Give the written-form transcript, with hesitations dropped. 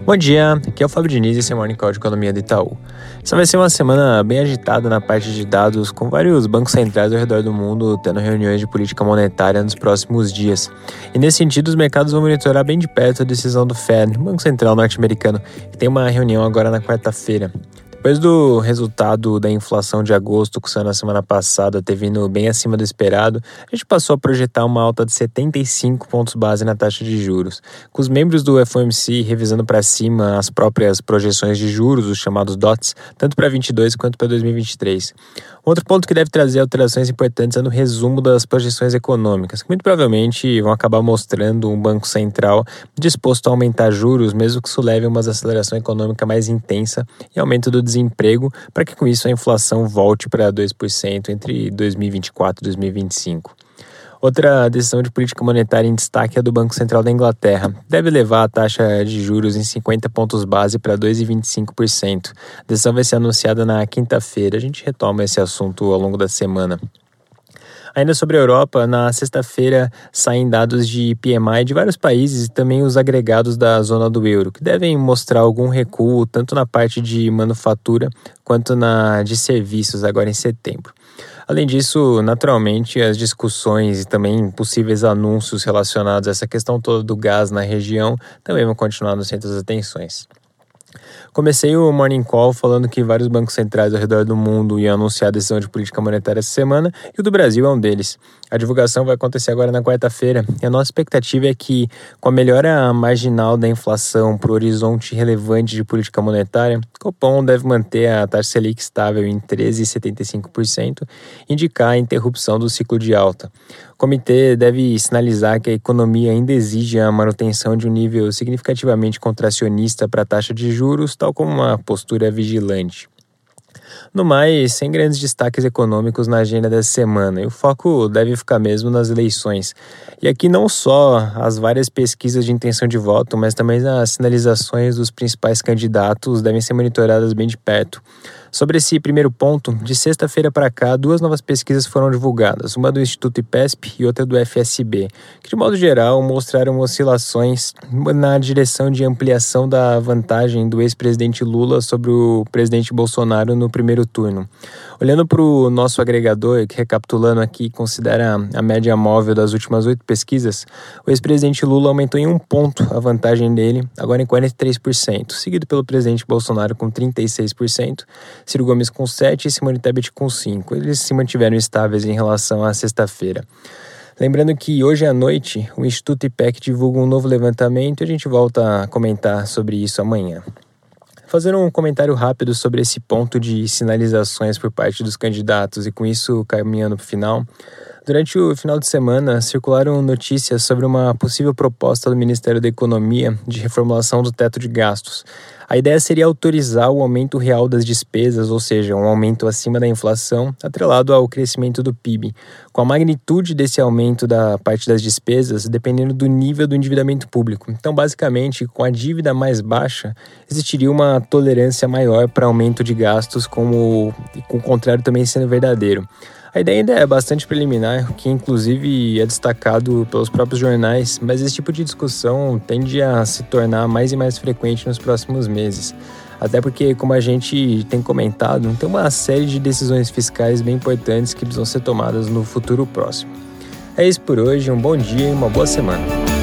Bom dia, aqui é o Fábio Diniz e esse é o Morning Call de Economia do Itaú. Essa vai ser uma semana bem agitada na parte de dados, com vários bancos centrais ao redor do mundo tendo reuniões de política monetária nos próximos dias. E nesse sentido, os mercados vão monitorar bem de perto a decisão do Fed, Banco Central norte-americano, que tem uma reunião agora na quarta-feira. Depois do resultado da inflação de agosto, que saiu na semana passada, ter vindo bem acima do esperado, a gente passou a projetar uma alta de 75 pontos base na taxa de juros, com os membros do FOMC revisando para cima as próprias projeções de juros, os chamados DOTs, tanto para 2022 quanto para 2023. Outro ponto que deve trazer alterações importantes é no resumo das projeções econômicas, que muito provavelmente vão acabar mostrando um banco central disposto a aumentar juros, mesmo que isso leve a uma aceleração econômica mais intensa e aumento do desemprego, para que com isso a inflação volte para 2% entre 2024 e 2025. Outra decisão de política monetária em destaque é a do Banco Central da Inglaterra. Deve levar a taxa de juros em 50 pontos base para 2,25%. A decisão vai ser anunciada na quinta-feira. A gente retoma esse assunto ao longo da semana. Ainda sobre a Europa, na sexta-feira saem dados de PMI de vários países e também os agregados da zona do euro, que devem mostrar algum recuo tanto na parte de manufatura quanto na de serviços agora em setembro. Além disso, naturalmente, as discussões e também possíveis anúncios relacionados a essa questão toda do gás na região também vão continuar no centro das atenções. Comecei o Morning Call falando que vários bancos centrais ao redor do mundo iam anunciar a decisão de política monetária essa semana e o do Brasil é um deles. A divulgação vai acontecer agora na quarta-feira e a nossa expectativa é que, com a melhora marginal da inflação para o horizonte relevante de política monetária, o Copom deve manter a taxa Selic estável em 13,75% e indicar a interrupção do ciclo de alta. O comitê deve sinalizar que a economia ainda exige a manutenção de um nível significativamente contracionista para a taxa de juros, tal como uma postura vigilante. No mais, sem grandes destaques econômicos na agenda dessa semana, e o foco deve ficar mesmo nas eleições. E aqui não só as várias pesquisas de intenção de voto, mas também as sinalizações dos principais candidatos devem ser monitoradas bem de perto. Sobre esse primeiro ponto, de sexta-feira para cá, duas novas pesquisas foram divulgadas, uma do Instituto IPESP e outra do FSB, que de modo geral mostraram oscilações na direção de ampliação da vantagem do ex-presidente Lula sobre o presidente Bolsonaro no primeiro turno. Olhando para o nosso agregador, que recapitulando aqui, considera a média móvel das últimas 8 pesquisas, o ex-presidente Lula aumentou em 1 ponto a vantagem dele, agora em 43%, seguido pelo presidente Bolsonaro com 36%, Ciro Gomes com 7% e Simone Tebet com 5%. Eles se mantiveram estáveis em relação à sexta-feira. Lembrando que hoje à noite o Instituto IPEC divulga um novo levantamento e a gente volta a comentar sobre isso amanhã. Fazendo um comentário rápido sobre esse ponto de sinalizações por parte dos candidatos e com isso caminhando para o final. Durante o final de semana, circularam notícias sobre uma possível proposta do Ministério da Economia de reformulação do teto de gastos. A ideia seria autorizar o aumento real das despesas, ou seja, um aumento acima da inflação, atrelado ao crescimento do PIB, com a magnitude desse aumento da parte das despesas dependendo do nível do endividamento público. Então, basicamente, com a dívida mais baixa, existiria uma tolerância maior para aumento de gastos, com o contrário também sendo verdadeiro. A ideia ainda é bastante preliminar, que inclusive é destacado pelos próprios jornais, mas esse tipo de discussão tende a se tornar mais e mais frequente nos próximos meses. Até porque, como a gente tem comentado, tem uma série de decisões fiscais bem importantes que precisam ser tomadas no futuro próximo. É isso por hoje, um bom dia e uma boa semana.